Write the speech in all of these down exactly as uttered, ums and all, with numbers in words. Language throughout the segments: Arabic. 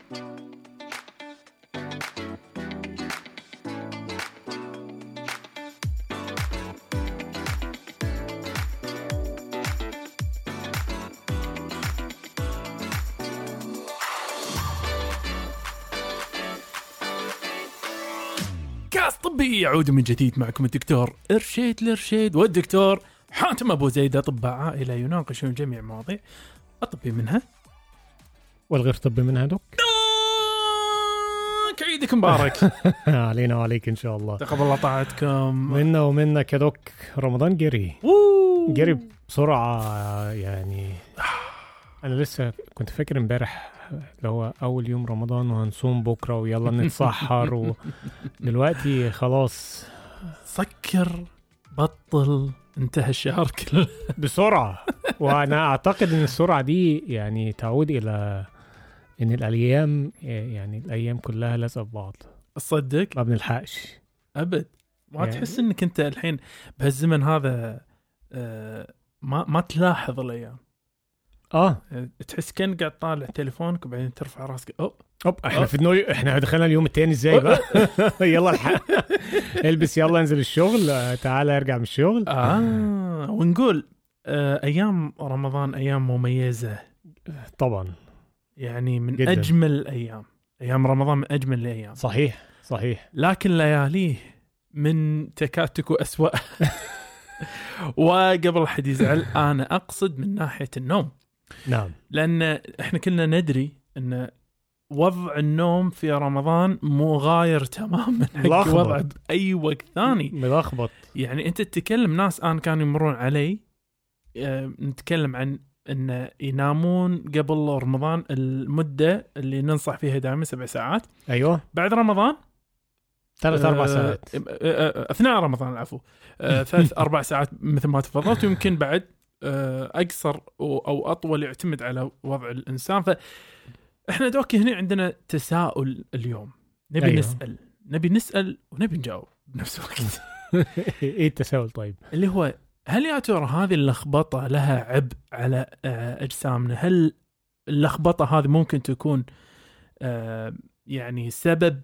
كاس طبي يعود من جديد معكم الدكتور إرشيد الإرشيد والدكتور حاتم أبو زيد، أطباء عائلة يناقشون جميع مواضيع الطبي منها والغير طبي منها. دوك عيدك مبارك علينا وعليك إن شاء الله. تقبل الله طاعتكم منا ومنك يا دوك. رمضان جري جري بسرعة يعني. أنا لسه كنت فاكر امبارح اللي هو أول يوم رمضان وهنصوم بكرة ويلا نتسحر، ودلوقتي خلاص سكر بطل انتهى الشهر كله بسرعة. وأنا أعتقد أن السرعة دي يعني تعود إلى أن الأيام يعني الأيام كلها لازقة ببعض. أصدق ما بنلحقش أبد. ما يعني تحس أنك أنت الحين بهالزمن هذا آه ما ما تلاحظ الأيام. اه تحس كأن قاعد طالع تليفونك وبعدين ترفع راسك أوب أوب احنا في النو... احنا دخلنا اليوم التاني ازاي بقى؟ يلا الحق البس يلا انزل الشغل، تعال ارجع من الشغل. اه ونقول آه ايام رمضان ايام مميزة طبعا، يعني من جداً. اجمل الايام. ايام رمضان من اجمل الايام، صحيح صحيح. لكن لياليه من تكاتك وأسوأ. وقبل حد يزعل انا اقصد من ناحية النوم. نعم، لأن إحنا كلنا ندري أن وضع النوم في رمضان مغاير تماما حق وضع بأي وقت ثاني، ملخبط. يعني أنت تتكلم ناس أنا كانوا يمرون علي أه نتكلم عن أن ينامون قبل رمضان المدة اللي ننصح فيها دائما سبع ساعات. أيوة. بعد رمضان ثلاث أربع ساعات. أثناء رمضان العفو أه ثلاث أربع ساعات مثل ما تفضلت، ويمكن بعد أقصر أو أطول، يعتمد على وضع الإنسان. فإحنا دوك هنا عندنا تساؤل اليوم، نبي أيوه. نسأل نبي نسأل ونبي نجاوب بنفس الوقت. إيه التساؤل طيب؟ اللي هو هل يا ترى هذه اللخبطة لها عبء على أجسامنا؟ هل اللخبطة هذه ممكن تكون يعني سبب؟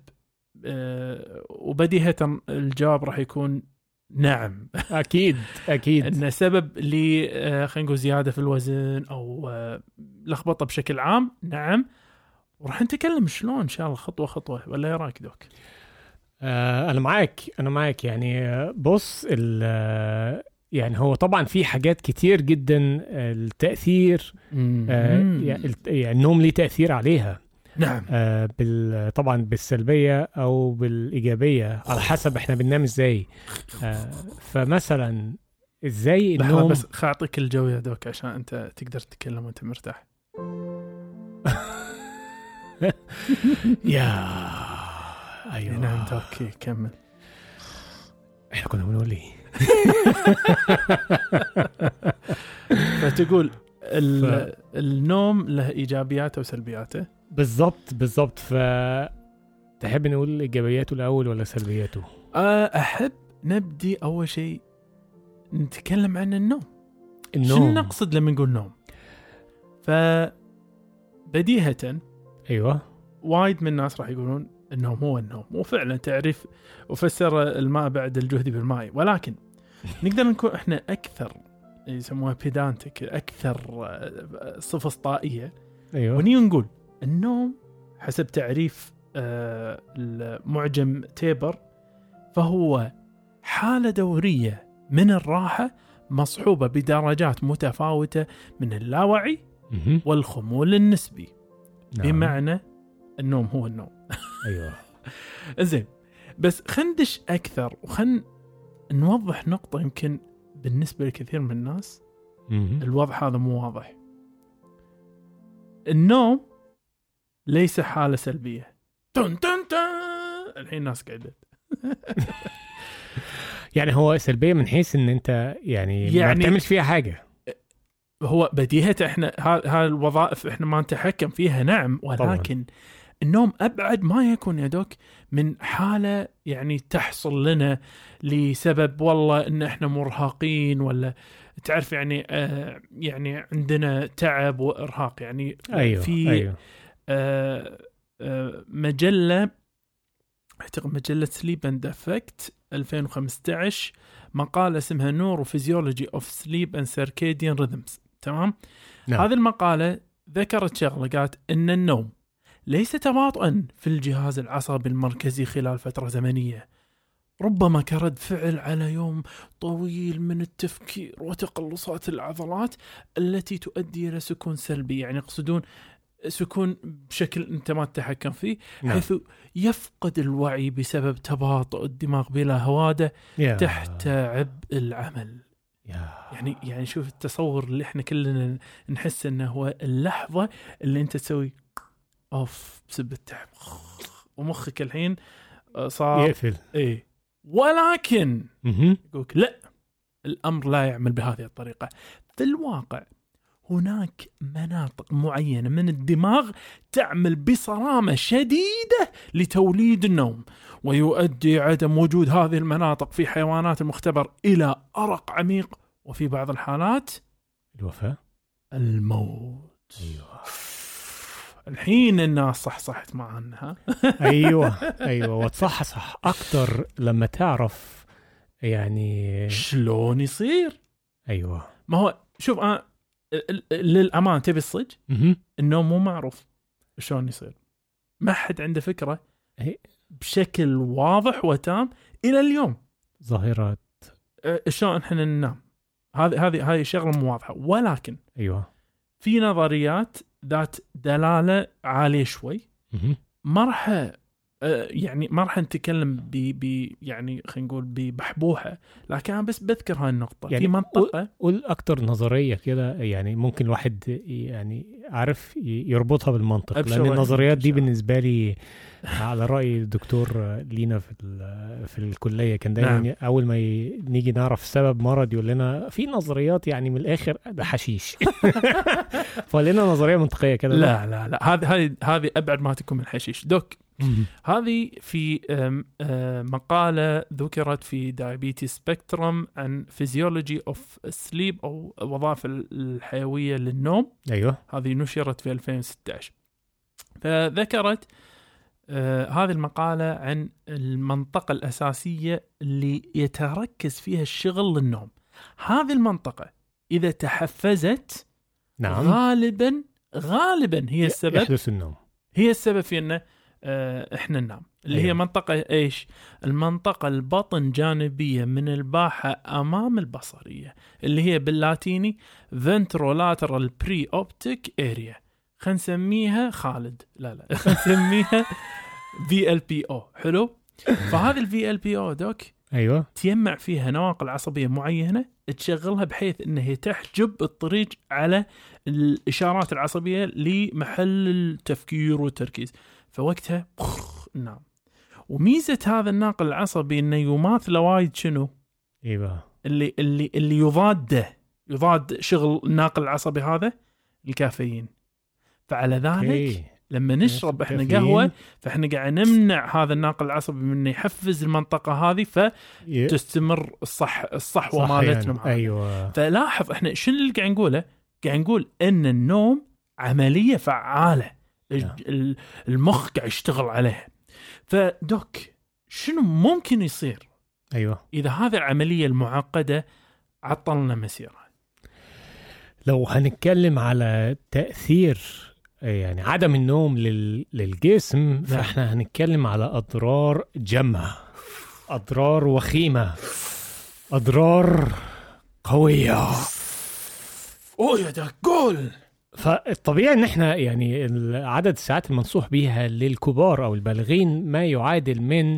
وبديهة الجواب راح يكون نعم. أكيد أكيد إن سبب لي خلينا نقول زيادة في الوزن أو لخبطة بشكل عام. نعم، وراح نتكلم شلون إن شاء الله خطوة خطوة، ولا يا رايك دوك؟ آه أنا معك أنا معك يعني. بص يعني هو طبعا في حاجات كتير جدا التأثير آه يعني النوم ليه تأثير عليها. نعم. آه بال طبعا بالسلبية أو بالإيجابية على حسب إحنا بننام إزاي. آه فمثلا إزاي النوم. بس خاطيك الجو يا دوك عشان أنت تقدر تتكلم وأنت مرتاح. يا أيوة. نعم دوك كمل. إحنا كنا بنقول إيه؟ فتقول ف... النوم له إيجابياته وسلبياته. بالضبط بالضبط. فتحب نقول إيجابياته الأول ولا سلبياته؟ أحب نبدي أول شيء نتكلم عن النوم. النوم شو نقصد لما نقول نوم؟ فبديهة أيوة وايد من الناس راح يقولون النوم هو النوم، وفعلا تعرف وفسر الماء بعد الجهد بالماء، ولكن نقدر نكون إحنا أكثر يسموها بيدانتك، أكثر سفسطائية. أيوة. ونيجي نقول النوم حسب تعريف آه المعجم تيبر فهو حالة دورية من الراحة مصحوبة بدرجات متفاوتة من اللاوعي والخمول النسبي. نعم. بمعنى النوم هو النوم. أيوة. زين، بس خندش أكثر وخن نوضح نقطة يمكن بالنسبة لكثير من الناس الوضع هذا مو واضح. النوم ليس حالة سلبية. تن تن تن. الحين الناس قاعدة يعني هو سلبية من حيث ان انت يعني, يعني ما بتعملش فيها حاجة. هو بديهة احنا هاي الوظائف احنا ما نتحكم فيها. نعم، ولكن طبعا. النوم أبعد ما يكون يا دوك من حالة يعني تحصل لنا لسبب والله إن إحنا مرهقين، ولا تعرف يعني آه يعني عندنا تعب وإرهاق يعني. أيوه. في أيوه. آه مجلة اعتقد مجلة سليب اند افكت ألفين وخمسة عشر مقالة اسمها نوروفيزيولوجي اوف سليب اند سيركيديان ريذمز. تمام. نعم. هذه المقالة ذكرت شغلة، قالت ان النوم ليس تباطؤا في الجهاز العصبي المركزي خلال فترة زمنية، ربما كرد فعل على يوم طويل من التفكير وتقلصات العضلات التي تؤدي إلى سكون سلبي. يعني يقصدون سكون بشكل أنت ما تتحكم فيه، نعم. حيث يفقد الوعي بسبب تباطؤ الدماغ بلا هوادة يا. تحت عبء العمل. يا. يعني يعني شوف التصور اللي احنا كلنا نحس انه هو اللحظة اللي انت تسوي اوف بسبب التعب ومخك الحين صار يقفل. ايه، ولكن مهم. يقولك لا، الامر لا يعمل بهذه الطريقة. في الواقع هناك مناطق معينة من الدماغ تعمل بصرامة شديدة لتوليد النوم، ويؤدي عدم وجود هذه المناطق في حيوانات المختبر إلى أرق عميق، وفي بعض الحالات الوفاة، الموت. أيوة. الحين الناس صح صحت معنا. أيوة أيوة وتصحصح أكتر لما تعرف يعني شلون يصير. أيوة. ما هو شوف أنا للأمان تبي الصج، مهم. النوم مو معروف شلون يصير، ما حد عنده فكرة هي- بشكل واضح وتام إلى اليوم ظاهرة. أه، شلون احنا ننام. هذه هذه هذه شغلة مو واضحة، ولكن أيوة. في نظريات ذات دلالة عالية شوي. مهم. ما راح أه، يعني ما راح نتكلم ب ب يعني خلينا نقول ببحبوحة، لكن أنا بس بذكر هاي النقطة. يعني في منطقة قول أكتر نظرية كده، يعني ممكن الواحد يعني عارف يربطها بالمنطق، أبشر لأن وين. النظريات دي أبشر. بالنسبة لي على رأي الدكتور لينا في في الكلية كان دايما نعم. أول ما ي- نيجي نعرف سبب مرض يقول لنا في نظريات، يعني من الآخر ده حشيش. فلنا نظرية منطقية كده. لا لا لا هذه هذه هذه أبعد ما تكون من الحشيش دوك. مم. هذه في أم، أم، مقالة ذكرت في Diabetes Spectrum عن Physiology of Sleep أو وظائف الحيوية للنوم. أيوة. هذه نشرت في ألفين وستة عشر. فذكرت آه هذه المقالة عن المنطقة الأساسية اللي يتركز فيها الشغل للنوم. هذه المنطقة إذا تحفزت نعم. غالبا غالبا هي السبب يحدث النوم. هي السبب في أنه آه إحنا ننام. اللي أيوة. هي منطقة إيش؟ المنطقة البطن جانبية من الباحة أمام البصرية، اللي هي باللاتيني ventrolateral preoptic area. خلينا نسميها خالد لا لا خلينا نسميها في ال بي او. حلو. فهذه ال في ال بي او دوك أيوة. تجمع فيها نواقل عصبية معينة تشغلها بحيث أنها تحجب الطريق على الإشارات العصبية لمحل التفكير والتركيز، فوقتها نعم. وميزة هذا الناقل العصبي أنه يماثل وايد شنو أيوة. اللي اللي اللي يضاده يضاد شغل الناقل العصبي هذا الكافيين. فعلى ذلك أوكي. لما نشرب احنا كافيين. قهوة فاحنا قاعد نمنع هذا الناقل العصبي من انه يحفز المنطقة هذه فتستمر الصح الصحوة مالتنا يعني. أيوة. فلاحظ احنا شنو اللي قاعد نقوله؟ قاعد نقول ان النوم عملية فعالة نعم. المخ قاعد يشتغل عليها. فدوك شنو ممكن يصير أيوة. إذا هذه العملية المعقدة عطلنا مسيرها؟ لو هنتكلم على تأثير يعني عدم النوم لل... للجسم، فاحنا هنتكلم على أضرار جمة، أضرار وخيمة، أضرار قوية. أوه يا ده قول. فالطبيعي ان احنا يعني عدد الساعات المنصوح بيها للكبار او البالغين ما يعادل من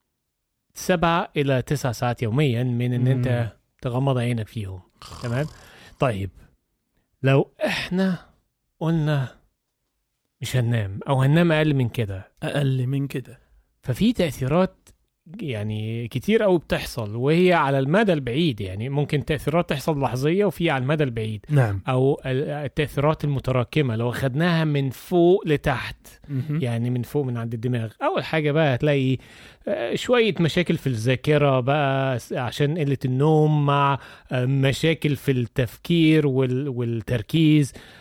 سبع الى تسع ساعات يوميا من ان انت تغمض عينك فيهم. تمام. طيب لو احنا قلنا مش هننام او هننام اقل من كده اقل من كده ففي تأثيرات يعني كتير قوي بتحصل، وهي على المدى البعيد. يعني ممكن تأثيرات تحصل لحظية وفي على المدى البعيد. نعم. او التأثيرات المتراكمة لو خدناها من فوق لتحت. م-م. يعني من فوق من عند الدماغ، اول حاجة بقى هتلاقي شوية مشاكل في الذاكرة بقى عشان قلة النوم، مع مشاكل في التفكير والتركيز،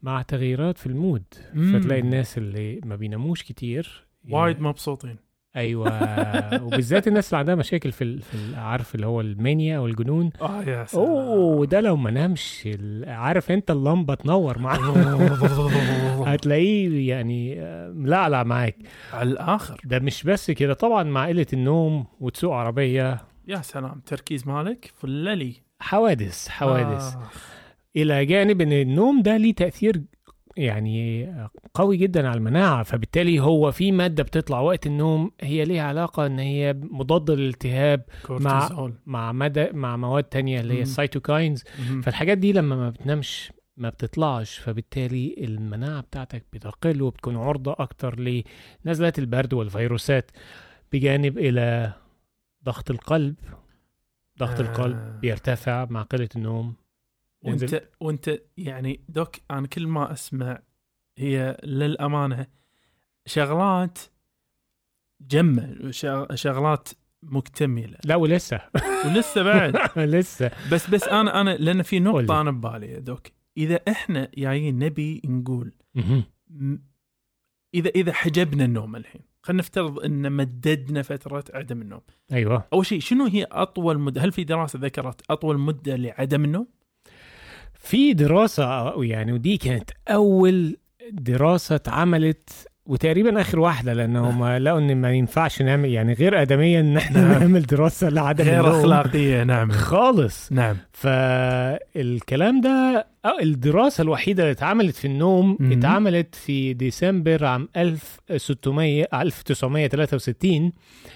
مع تغييرات في المود. مم. فتلاقي الناس اللي ما بيناموش كتير وايد مبسوطين. ايوه. وبالذات الناس اللي عندها مشاكل في ال- في ال- عارف اللي هو المانيا او الجنون. اه يا سلام. اوه ده لو ما نامش ال- عارف انت اللمبه تنور معاه. هتلاقيه يعني آه، ملعلع معاك على الاخر. ده. مش بس كده طبعا، مع قله النوم وتسوق عربيه، يا سلام تركيز مالك فللي. حوادث حوادث آه. الى جانب ان النوم ده ليه تاثير يعني قوي جدا على المناعه. فبالتالي هو في ماده بتطلع وقت النوم هي ليها علاقه ان هي مضاده للالتهاب مع كورتيزول. مع مدى مع مواد تانية اللي هي مم. السيتوكاينز. مم. فالحاجات دي لما ما بتنامش ما بتطلعش، فبالتالي المناعه بتاعتك بتقل وبتكون عرضه اكتر لنزلات البرد والفيروسات، بجانب الى ضغط القلب. ضغط آه. القلب بيرتفع مع قله النوم. وانت وانت يعني دوك انا كل ما اسمع هي للامانه شغلات جمة وشغ- شغلات مكتمله لا ولسه ولسه بعد. لسه بس بس انا انا لان في قولي. نقطه انا ببالي يا دوك. اذا احنا جايين نبي نقول مهم. م- اذا اذا حجبنا النوم الحين، خلينا نفترض ان مددنا فتره عدم النوم. ايوه. اول شيء شنو هي اطول مده؟ هل في دراسه ذكرت اطول مده لعدم النوم؟ في دراسة يعني، ودي كانت أول دراسة اتعملت وتقريبا آخر واحدة، لأنهم لقوا إن ما ينفعش نعمل يعني غير آدمية إن إحنا نعمل دراسة لعدم غير النوم اخلاقيه. نعم خالص. نعم. فالكلام ده أو الدراسة الوحيدة اللي اتعملت في النوم مم. اتعملت في ديسمبر عام ألف وستمية ألف وتسعمية وثلاثة وستين،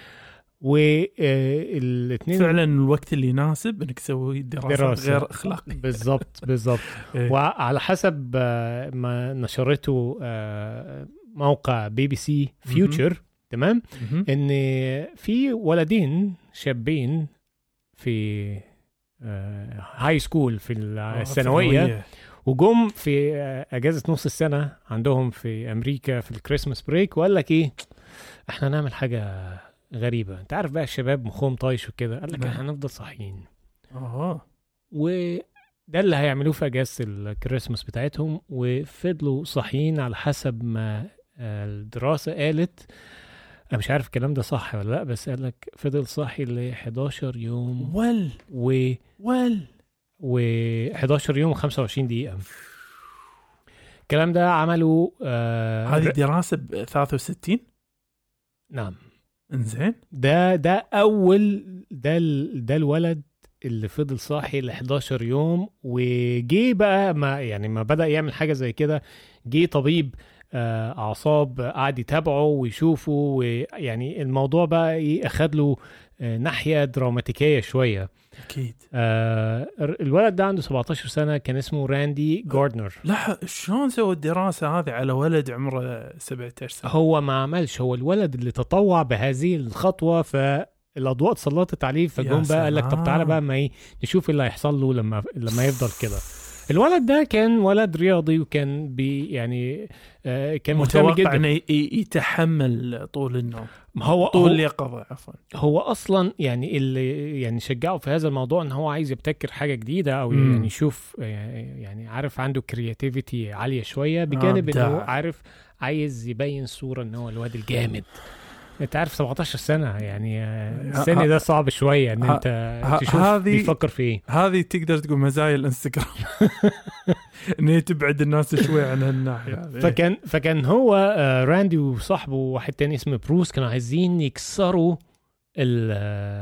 والاثنين فعلا الوقت اللي يناسب انك تسوي دراسه, دراسة. غير اخلاقيه. بالضبط بالضبط. إيه. وعلى حسب آه، ما نشرته آه، موقع بي بي سي فيوتشر، تمام، مهم. ان في ولدين شابين في آه، هاي سكول في آه، الثانويه، ثانوية. وجم في آه، اجازه نص السنه عندهم في امريكا في الكريسماس بريك، وقال لك ايه، احنا نعمل حاجه غريبه. انت عارف بقى الشباب مخهم طايش وكده، قال لك نعم. احنا هنفضل صاحيين، اه وده اللي هيعملوه في اجازه الكريسماس بتاعتهم. وفضلوا صاحيين على حسب ما آه، الدراسه قالت. انا مش عارف الكلام ده صح ولا لا، بس قال لك فضل صاحي ل حداشر يوم ول و ول و حداشر يوم وخمسة وعشرين دقيقه. الكلام ده عملوا آه هذه ر- دراسه ب ثلاثة وستين. نعم. انزين. ده ده اول ده ال- ده الولد اللي فضل صاحي ل حداشر يوم، وجي بقى ما يعني ما بدأ يعمل حاجه زي كده، جه طبيب آه، اعصاب قعد يتابعه ويشوفه، ويعني الموضوع بقى ايه، اخد له آه، ناحيه دراماتيكيه شويه. اكيد. آه، الولد ده عنده سبعتاشر سنه، كان اسمه راندي جاردنر. لا شلون سووا الدراسه هذه على ولد عمره سبعة عشر سنه؟ هو ما عملش، هو الولد اللي تطوع بهذه الخطوه، فالاضواء اتسلطت عليه، فجم بقى قال لك طب تعالى بقى ما ايه نشوف اللي هيحصل له لما لما يفضل كده. الولد ده كان ولد رياضي، وكان بي يعني آه كان مهتم متوقع جدا. انه ي- يتحمل طول النوم، هو طول هو, اليقظه عفوا. هو اصلا يعني اللي يعني شجعه في هذا الموضوع ان هو عايز يبتكر حاجه جديده، او مم. يعني يشوف يعني عارف عنده كرياتيفيتي عاليه شويه، بجانب انه إبداع. عارف عايز يبين صوره ان هو الواد الجامد. انت عارف سبعتاشر سنه يعني آه، السن ده صعب شويه ان ه- انت ه- تشوف هذه- بيفكر في ايه. هذه تقدر تقول مزايا الانستغرام. انه تبعد الناس شوي عن هالناحيه هذه. فكان فكان هو آه، راندي وصاحبه واحد تاني اسمه بروس كانوا عايزين يكسروا ال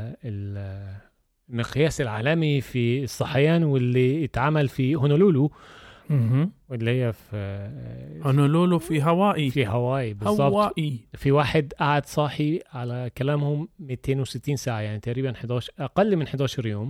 ال المقياس العالمي في الصحيان، واللي اتعمل في هونولولو، مهم. واللي هي في آه، هونولولو في هوائي. في هواي بالظبط. هوائي. في واحد قعد صاحي على كلامهم مئتين وستين ساعة، يعني تقريبا حداشر أقل من حداشر يوم.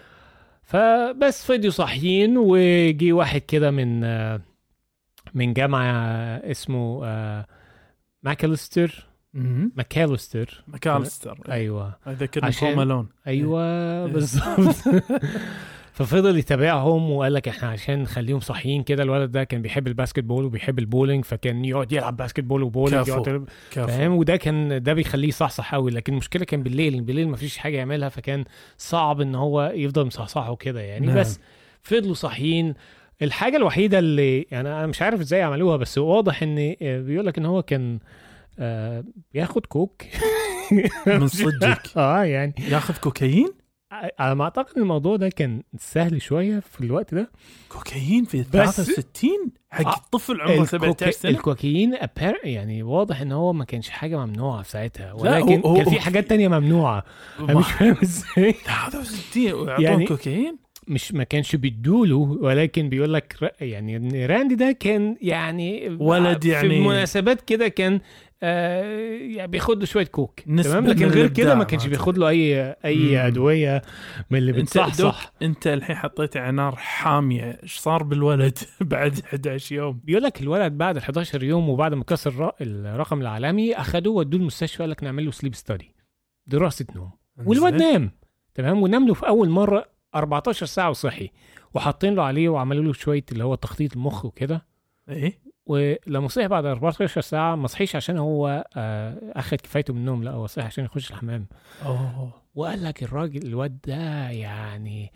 فبس فضلوا صاحيين، وجي واحد كده من آه، من جامعة اسمه آه، ماكاليستر مهم. ماكاليستر ماكالستر. أيوة هذا كنا عشان- مالون. أيوة بالظبط. ففضل يتابعهم وقال لك احنا عشان نخليهم صاحيين كده. الولد ده كان بيحب الباسكت بول وبيحب البولينج، فكان يقعد يلعب باسكت بول وبولينج، كفو. يقعد كفو. فاهم، وده كان ده بيخليه صحصح قوي. لكن المشكله كان بالليل، بالليل ما فيش حاجه يعملها، فكان صعب ان هو يفضل مصحصح وكده يعني. نعم. بس فضلوا صاحيين الحاجه الوحيده اللي يعني انا مش عارف ازاي عملوها، بس واضح ان بيقول لك ان هو كان آه بياخد كوك من صدقك. اه يعني ياخذ كوكايين. على ما اعتقد الموضوع ده كان سهل شويه في الوقت ده. كوكايين في ثلاثة وستين حق آه الطفل عمره سبعة عشر سنه. الكوكايين يعني واضح ان هو ما كانش حاجه ممنوعه في ساعتها، لا، ولكن هو- كان هو- في حاجات تانية ممنوعه. انا مش فاهم ازاي ثلاثة وستين ويعطوه يعني- كوكايين. مش ما كانش بيدوله، ولكن بيقول لك ر- يعني إن راندي ده كان يعني ولد في يعني- مناسبات كده كان آه يعني بياخد له شويه كوك نسبة تمام، لكن من غير كده الإبداع ما كانش ما بياخد له اي اي مم. ادويه من اللي انت دوك بتصحصح. انت الحين حطيت على نار حاميه. ايش صار بالولد بعد أحد عشر يوم؟ بيقول لك الولد بعد حداشر يوم وبعد ما كسر الر- الرقم العالمي اخدوه ودوه المستشفى، قال لك نعمل له سليب ستادي، دراسه نوم، والواد إنزين. نام تمام، ونام له في اول مره أربعتاشر ساعه وصحي، وحاطين له عليه وعملوا له شويه اللي هو تخطيط المخ وكده، ايه ولما صحي بعد أربعتاشر ساعه ما صحيش عشان هو آه، اخد كفايته من النوم، لا هو صحي عشان يخش الحمام. اوه وقال لك الراجل الواد ده يعني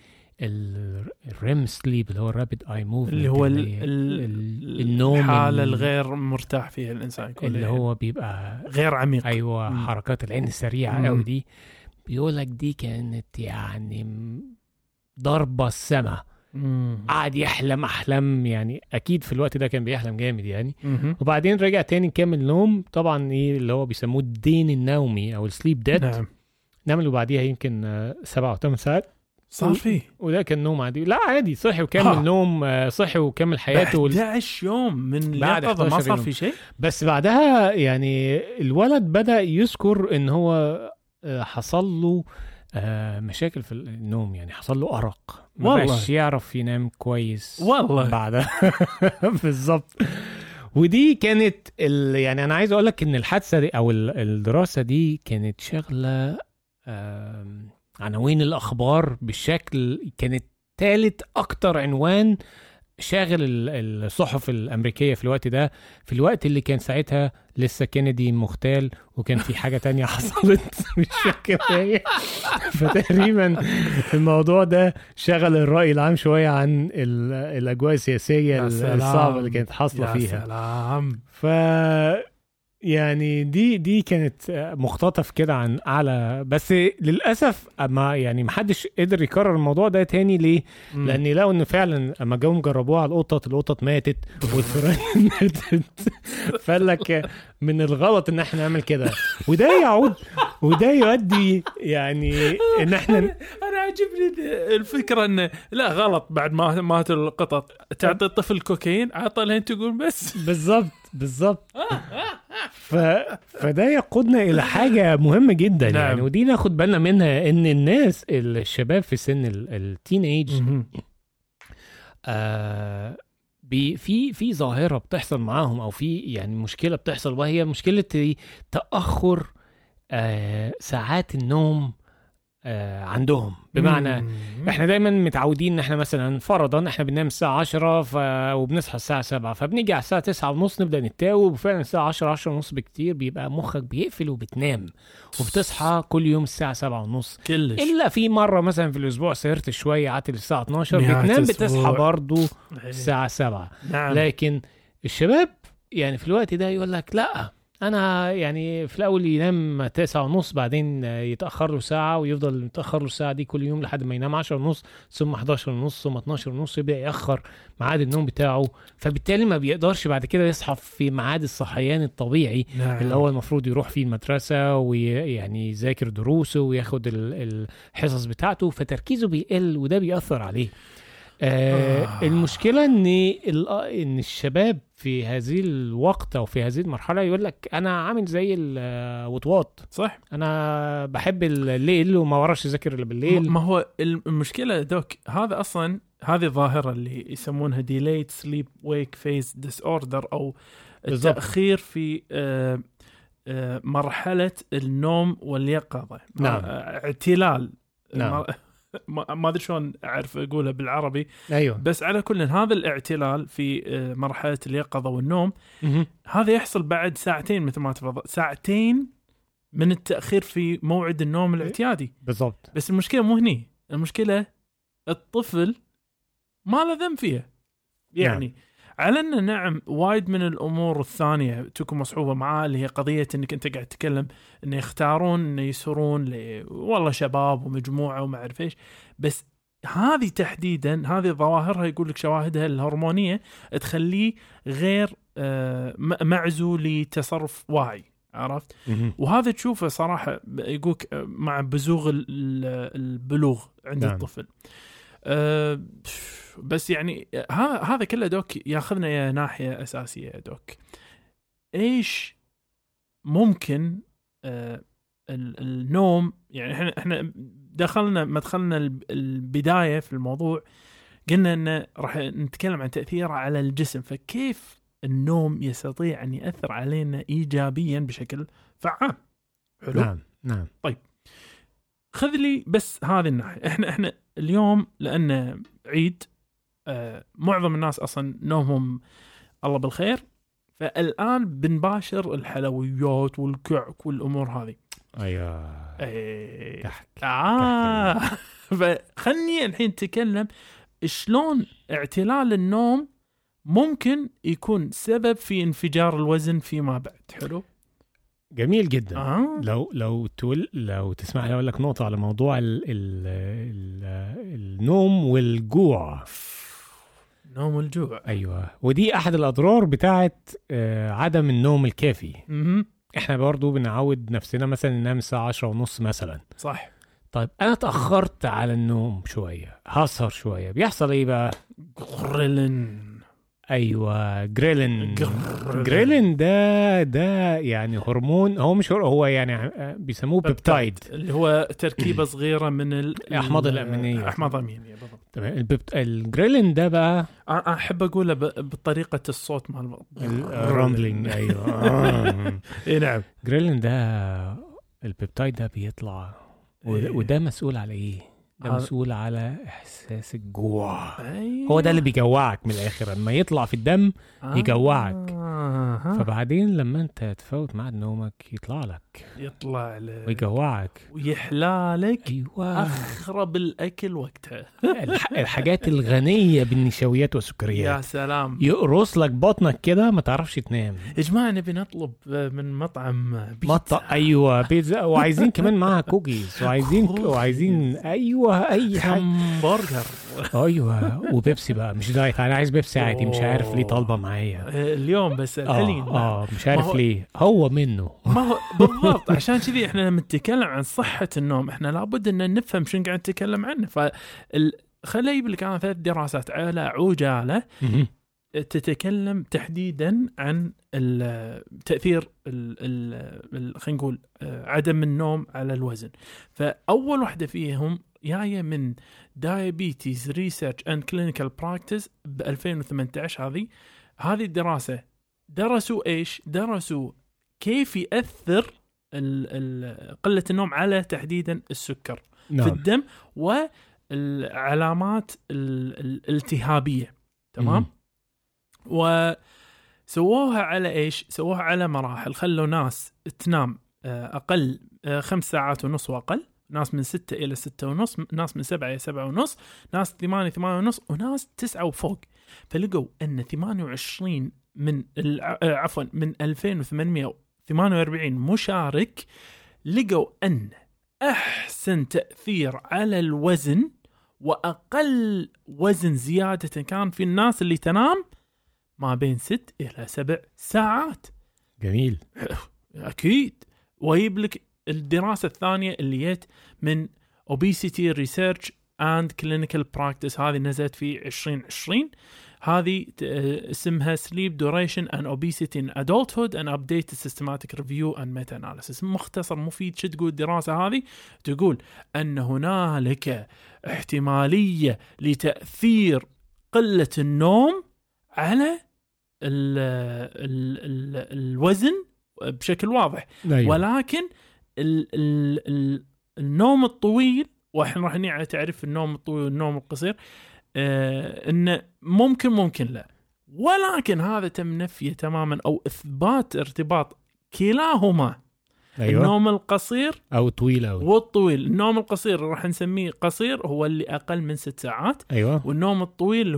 الريم سليب اللي هو الرابيد اي موفمنت اللي هو ال اللي ال ال- النوم الحاله ال- الغير مرتاح فيها الانسان كله، اللي هو بيبقى غير عميق. ايوه مم. حركات العين السريعه مم. قوي دي. بيقول لك دي كانت يعني م- ضربه السما، مم. قعد يحلم احلام يعني، اكيد في الوقت ده كان بيحلم جامد يعني. مهم. وبعدين رجع تاني كامل نوم، طبعا ايه اللي هو بيسموه الدين النومي او السليب ديت. نعم نام له بعديها يمكن آه، سبعة او ثمان ساعات، صار فيه وده كان نوم عادي. لا عادي، صحي وكمل ها. نوم، آه، صحي وكمل حياته وال- أحد عشر يوم من بعد اليقظه ما أحد عشر صار يوم. في شيء. بس بعدها يعني الولد بدأ يذكر ان هو آه، حصل له آه، مشاكل في النوم، يعني حصل له أرق، ما والله. بقاش يعرف ينام كويس والله. بعدها بالظبط. ودي كانت ال... يعني انا عايز اقول لك ان الحادثه دي او ال- الدراسه دي كانت شغله آم، عناوين الاخبار بشكل، كانت ثالث اكتر عنوان شاغل ال- الصحف الامريكيه في الوقت ده، في الوقت اللي كان ساعتها لسه كينيدي مغتال وكان في حاجه تانية حصلت مش فاكر ايه. فتقريبا الموضوع ده شغل الراي العام شويه عن ال- الاجواء السياسيه يا سلام. الصعبه اللي كانت حاصله يا فيها. سلام. ف يعني دي دي كانت مقتطف كده عن اعلى، بس للاسف ما يعني محدش قدر يكرر الموضوع ده تاني. ليه؟ مم. لان لقوا ان فعلا اما جم جربوها على القطط، القطط ماتت والفئران ماتت. فقال لك من الغلط ان احنا نعمل كده، وده يعود وده يؤدي يعني ان احنا انا عجبني الفكره انه لا غلط بعد ما ماتوا القطط تعطي الطفل كوكايين، عطى لين تقول بس. بالظبط بالظبط. ف... فده يقودنا الى حاجه مهمه جدا نعم. يعني، ودي ناخد بالنا منها، ان الناس الشباب في سن التين ايج مهم. آه بي في في ظاهره بتحصل معاهم، او في يعني مشكله بتحصل، وهي مشكله تاخر آه ساعات النوم آه عندهم. بمعنى مم. احنا دايما متعودين ان احنا مثلا فرضا احنا بننام الساعه عشرة ف... وبنصحى الساعه سبعة، فبنيجي على الساعه تسعة ونص نبدا نتاوب، وفعلا الساعه عشرة عشرة ونص بكتير بيبقى مخك بيقفل وبتنام، وبتصحى كل يوم الساعه سبعة ونص. كلش الا في مره مثلا في الاسبوع سهرت شويه قعدت للساعه اتناشر، نهاية بتنام أسبوع. بتصحى برضو إيه. الساعه سبعة. نعم. لكن الشباب يعني في الوقت ده يقول لك لا، انا يعني في الاول ينام تسعة ونص، بعدين يتاخر له ساعه ويفضل متاخر له الساعه دي كل يوم لحد ما ينام عشرة ونص، ثم حداشر ونص، ثم اتناشر ونص، يبدا ياخر ميعاد النوم بتاعه، فبالتالي ما بيقدرش بعد كده يصحى في ميعاد الصحيان الطبيعي نعم. اللي هو المفروض يروح فيه المدرسه ويعني يذاكر دروسه وياخد ال- الحصص بتاعته، فتركيزه بيقل وده بيأثر عليه. آه آه. المشكلة ان ال- ان الشباب في هذه الوقت او في هذه المرحلة يقول لك انا عامل زي الوطواط، صح. انا بحب الليل وما وراش اذاكر الا بالليل. ما هو المشكله دوك، هذا اصلا هذه ظاهره اللي يسمونها delayed sleep wake phase disorder، او بالضبط. التاخير في آه، آه، مرحله النوم واليقظه. نعم. آه، اعتلال. نعم. ما- ما ما ادري شلون اعرف اقولها بالعربي، ايوه. بس على كل هذا الاعتلال في آه، مرحله اليقظه والنوم مهم. هذا يحصل بعد ساعتين، مثل ما تفضل ساعتين من التاخير في موعد النوم الاعتيادي. بالضبط. بس المشكله مو هني، المشكله الطفل ما له ذنب فيها، يعني نعم. على أن نعم وايد من الأمور الثانية تكون مصحوبة معاه، اللي هي قضية أنك أنت قاعد تتكلم أن يختارون أن يسرون ل والله شباب ومجموعة وما أعرف إيش، بس هذه تحديدا هذه ظواهرها يقول لك شواهدها الهرمونية تخليه غير معزول لتصرف واعي، عرفت؟ وهذا تشوفه صراحة يقولك مع بزوغ البلوغ عند نعم. الطفل. أه بس يعني هذا كله دوك ياخذنا يا ناحية أساسية يا دوك، إيش ممكن أه النوم، يعني احنا احنا دخلنا مدخلنا البداية في الموضوع قلنا ان راح نتكلم عن تأثيره على الجسم، فكيف النوم يستطيع ان يأثر علينا ايجابيا بشكل فعال. حلو. نعم نعم. طيب خذ لي بس هذه الناحية. احنا احنا اليوم لأن عيد آه معظم الناس اصلا نومهم الله بالخير، فالآن بنباشر الحلويات والكعك والامور هذه. ايوه ايه كحك. اه فخلني الحين نتكلم شلون اعتلال النوم ممكن يكون سبب في انفجار الوزن فيما بعد. حلو جميل جدا. آه. لو لو تقول لو تسمح لي اقول لك نقطه على موضوع ال ال ال النوم والجوع. نوم والجوع، ايوه، ودي احد الاضرار بتاعت آه عدم النوم الكافي. م-م. احنا برضو بنعود نفسنا مثلا ننام الساعه عشرة ونص مثلا. صح. طيب انا تاخرت على النوم شويه، هسهر شويه، بيحصل ايه بقى؟ غريلين. ايوه جريلين. جريلين. جريلين ده ده يعني هرمون، هو مش هو يعني بيسموه بيبتايد، اللي هو تركيبه صغيره من الاحماض الامينيه. احماض امينيه بالضبط. تمام. البيبت... الجريلين ده بقى انا احب اقوله ب... بطريقه الصوت مال الرامبلينج. ايوه اي نعم. جريلين ده البيبتايد ده بيطلع وده, وده مسؤول على ايه؟ ده مسؤول على احساس الجوع. أيوة. هو ده اللي بيجوعك من الاخر، لما يطلع في الدم يجوعك. آه. فبعدين لما انت تفوت ميعاد نومك يطلع لك يطلع لك ويجوعك ويحلالك. ايوه اخرب الاكل وقتها. الح... الحاجات الغنيه بالنشويات والسكريات. يا سلام. يقرص لك بطنك كده ما تعرفش تنام. يا جماعه نبي نطلب من مطعم بيتزا. مط... ايوه بيتزا، وعايزين كمان معها كوكيز، وعايزين وعايزين ايوه اي حاجه، همبرجر. ايوه وبيبسي بقى، مش دايت، انا عايز بيبسي عادي، مش عارف ليه طالبه معايا اليوم بس الحين. اه, آه مش عارف هو... ليه هو منه. ما هو بالضبط. عشان كذي احنا لما نتكلم عن صحه النوم احنا لابد ان نفهم شنو قاعد نتكلم عنه. فال خلي يجيب لك انا ثلاث دراسات على عجاله تتكلم تحديدا عن تاثير خلينا نقول عدم النوم على الوزن. فاول واحده فيهم جايه من Diabetes Research and Clinical Practice ب ألفين وثمانية عشر. هذه هذه الدراسه درسوا ايش؟ درسوا كيف يأثر ال ال قلة النوم على تحديدا السكر نعم. في الدم والعلامات الالتهابية. تمام. وسووها على ايش؟ سووها على مراحل. خلوا ناس تنام اقل خمس ساعات ونص واقل، ناس من ستة الى ستة ونص، ناس من سبعة الى سبعة ونص، ناس ثمانية ثمانية ونص، وناس تسعة وفوق. فلقوا ان ثمانية وعشرين من عفوا من ألفين وثمانمائة وثمانية وأربعين مشارك لقوا أن أحسن تأثير على الوزن وأقل وزن زيادة كان في الناس اللي تنام ما بين ست إلى سبع ساعات. جميل. أكيد. ويبلك الدراسة الثانية اللي جت من Obesity Research and Clinical Practice، هذه نزلت في عشرين عشرين. هذه اسمها Sleep Duration and Obesity in Adulthood and Updated Systematic Review and Meta-Analysis. مختصر مفيد. شو تقول الدراسة هذه؟ تقول أن هنالك احتمالية لتأثير قلة النوم على ال ال ال الوزن بشكل واضح. أيوة. ولكن ال ال ال النوم الطويل، وإحنا راح نعرف تعرف النوم الطويل والنوم القصير، آه إنه ممكن ممكن لا، ولكن هذا تم نفيه تماما أو إثبات ارتباط كلاهما. أيوة. النوم القصير أو طويل أو والطويل. النوم القصير راح نسميه قصير، هو اللي أقل من ست ساعات. أيوة. والنوم الطويل هو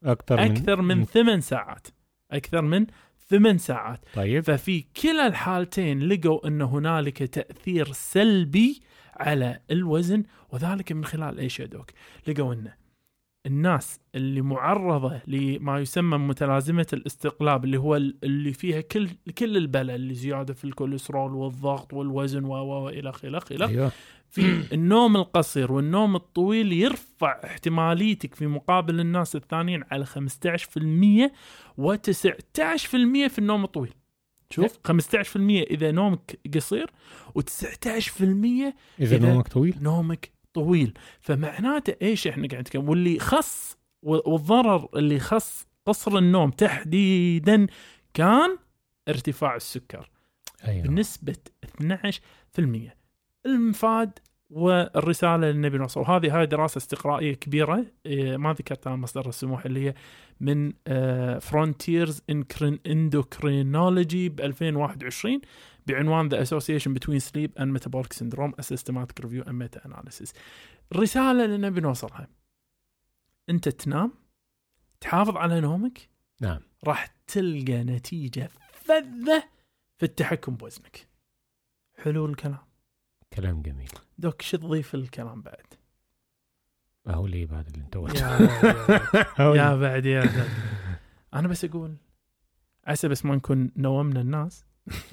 اكثر من اكثر من, من ثمان ساعات اكثر من ثمان ساعات. طيب. ففي كلا الحالتين لقوا ان هنالك تاثير سلبي على الوزن، وذلك من خلال ايش يا دوك؟ لقوا ان الناس اللي معرضه لما يسمى متلازمه الاستقلاب، اللي هو اللي فيها كل كل البلاء، اللي زياده في الكوليسترول والضغط والوزن و الى اخره الى أيوة. في النوم القصير والنوم الطويل يرفع احتماليتك في مقابل الناس الثانيين على خمسة عشر بالمئة وتسعة عشر بالمئة في النوم الطويل. شوف، خمسة عشر بالمئة إذا نومك قصير وتسعة عشر بالمئة إذا, إذا نومك طويل نومك طويل. فمعناته إيش إحنا قاعد نتكلم؟ واللي خص والضرر اللي خص قصر النوم تحديدا كان ارتفاع السكر. أيوة. بنسبة اثني عشر بالمئة. المفاد والرسالة اللي نبي نوصل، وهذه هاي دراسة استقرائية كبيرة ما ذكرتها مصدر السموح، اللي هي من Frontiers in Endocrinology ب ألفين وواحد وعشرين بعنوان The Association Between Sleep and Metabolic Syndrome A Systematic Review and Meta-Analysis. الرسالة اللي نبي نوصلها، أنت تنام تحافظ على نومك، نعم، راح تلقى نتيجة فذة في التحكم بوزنك. حلو الكلام؟ كلام جميل. دوك شو تضيف الكلام بعد؟ أهو لي بعد اللي انت قلت. يا, يا بعد يا بعد. أنا بس أقول عسى بس ما نكون نومنا الناس.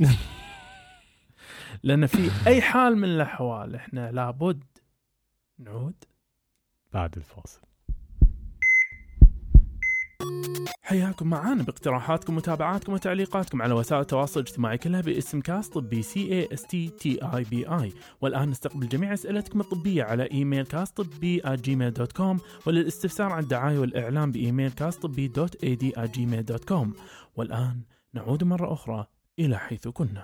لأن في أي حال من الأحوال إحنا لابد نعود بعد الفاصل. حياكم معانا باقتراحاتكم ومتابعاتكم وتعليقاتكم على وسائل التواصل الاجتماعي كلها باسم كاست طبي سي اي اس تي تي اي بي اي. والآن نستقبل جميع أسئلتكم الطبية على إيميل كاست طبي آت جيميل دوت كوم، وللاستفسار عن الدعاية والإعلان بإيميل كاست طبي دوت إي دي آت جيميل دوت كوم. والآن نعود مرة أخرى إلى حيث كنا.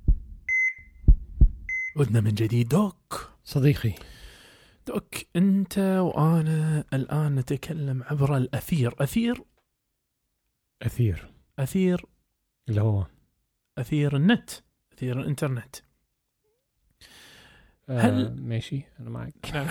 عدنا من جديد دوك صديقي. دوك أنت وأنا الآن نتكلم عبر الأثير. أثير أثير أثير اللي هو أثير النت، أثير الإنترنت. هل آه ماشي أنا معك.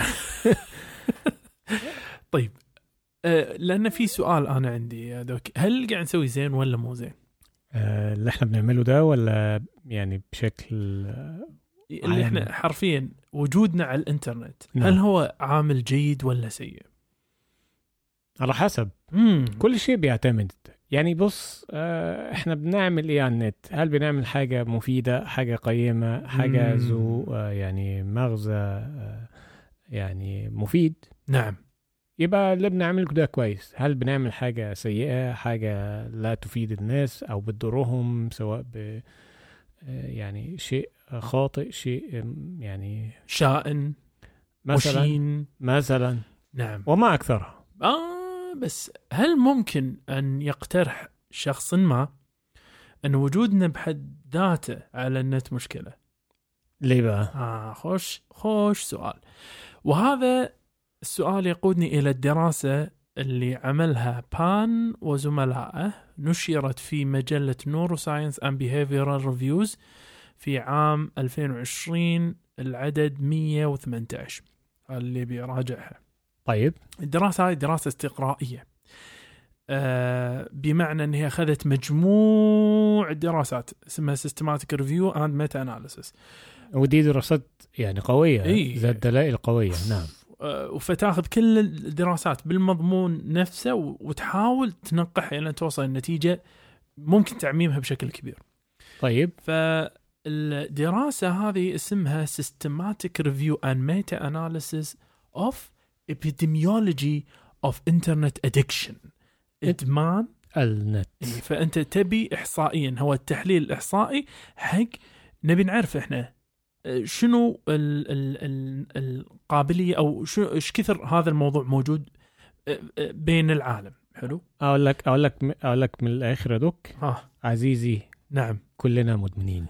طيب آه لأن في سؤال أنا عندي يا دوك، هل قاعد نسوي زين ولا مو زين؟ آه اللي احنا بنعمله ده ولا يعني بشكل اللي عام. احنا حرفيا وجودنا على الإنترنت نعم. هل هو عامل جيد ولا سيء؟ على حسب. مم. كل شيء بيعتمد. يعني بص آه احنا بنعمل ايه على النت؟ هل بنعمل حاجة مفيدة، حاجة قيمة، حاجة ذو آه يعني مغزى آه يعني مفيد؟ نعم. يبقى اللي بنعمله ده كويس. هل بنعمل حاجة سيئة، حاجة لا تفيد الناس أو بتضرهم، سواء ب يعني شيء خاطئ، شيء يعني شائن مثلا مشين مثلا نعم، وما أكثرها. آه بس هل ممكن أن يقترح شخص ما أن وجودنا بحد ذاته على النت مشكلة؟ ليه بقى؟ آه خوش خوش سؤال. وهذا السؤال يقودني إلى الدراسة اللي عملها بان وزملائه، نشرت في مجلة Neuroscience and Behavioral Reviews في عام ألفين وعشرين العدد مية وثمانية عشر اللي بيراجعها. طيب الدراسة هاي دراسة استقرائية، آه بمعنى أنها أخذت مجموع دراسات اسمها Systematic Review and Meta-Analysis، ودي دراسات يعني قوية إيه؟ ذات دلائل قوية. نعم. فتاخذ كل الدراسات بالمضمون نفسه وتحاول تنقحها إلى توصل النتيجة ممكن تعميمها بشكل كبير. طيب فالدراسة هذه اسمها Systematic Review and Meta-Analysis of Epidemiology of Internet Addiction، إدمان النت. فأنت تبي إحصائيا، هو التحليل الإحصائي حق نبي نعرف إحنا شنو ال ال ال القابلية أو شو إيش كثر هذا الموضوع موجود بين العالم. حلو. أقول لك أقول لك أقول لك من الآخر يا دوك. ها عزيزي. نعم. كلنا مدمنين.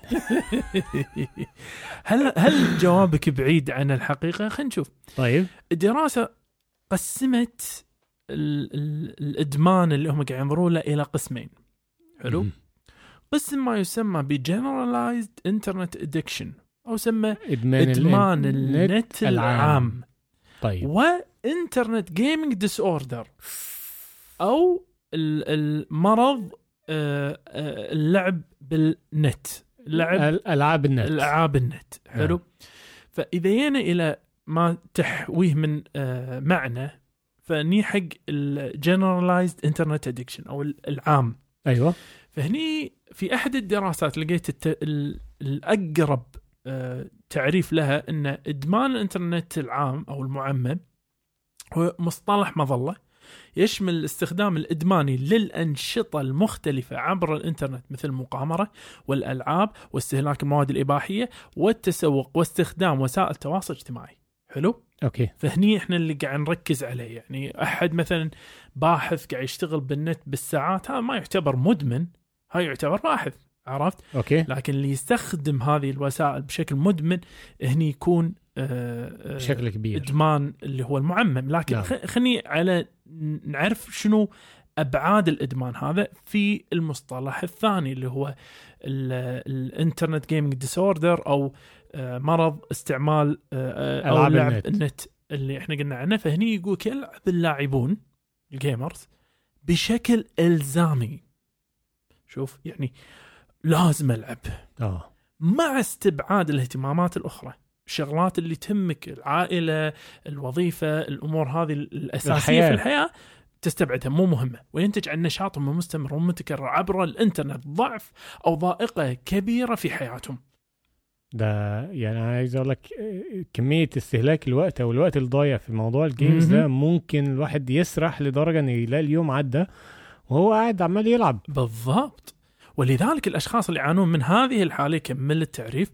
هل هل جوابك بعيد عن الحقيقة؟ خلينا نشوف. طيب. الدراسة قسمت ال ال الإدمان اللي هم قاعد ينظرون له إلى قسمين. حلو. م- قسم ما يسمى ب Generalized Internet Addiction أو سمى إدمان, إدمان النت العام. طيب. وإنترنت جيمينج ديس أوردر. او المرض اللعب بالنت، لعب العاب النت العاب النت حلو. فاذا جينا الى ما تحويه من معنى، فني حق الجنرالايزد انترنت ادكشن او العام. ايوه. فهني في احد الدراسات لقيت الت... الاقرب تعريف لها ان ادمان الانترنت العام او المعمم هو مصطلح مظله يشمل الاستخدام الادماني للانشطه المختلفه عبر الانترنت، مثل المقامره والالعاب واستهلاك المواد الاباحيه والتسوق واستخدام وسائل التواصل الاجتماعي. حلو. اوكي. فهني احنا اللي قاعد نركز عليه، يعني احد مثلا باحث قاعد يشتغل بالنت بالساعات، هذا ما يعتبر مدمن، هاي يعتبر باحث، عرفت؟ اوكي. لكن اللي يستخدم هذه الوسائل بشكل مدمن هني يكون بشكل كبير ادمان اللي هو المعمم. لكن نعم. خلني على نعرف شنو ابعاد الادمان هذا في المصطلح الثاني اللي هو الانترنت جيمنج ديسوردر او مرض استعمال او لعب النت. النت اللي احنا قلنا عنه. فهني يقول يلعب اللاعبون الجيمرز بشكل الزامي، شوف يعني لازم العب اه مع استبعاد الاهتمامات الاخرى، الشغلات اللي تهمك، العائله، الوظيفه، الامور هذه الاساسيه الحياة. في الحياه تستبعدها، مو مهمه، وينتج عن نشاطهم مستمر ومتكرر عبر الانترنت ضعف او ضائقه كبيره في حياتهم. ده يعني انا عايز اقول لك كميه استهلاك الوقت او الوقت الضايع في موضوع الجيمز ده ممكن الواحد يسرح لدرجه ان يلاقي اليوم عدى وهو قاعد عمال يلعب. بالضبط. ولذلك الاشخاص اللي يعانون من هذه الحاله كمل التعريف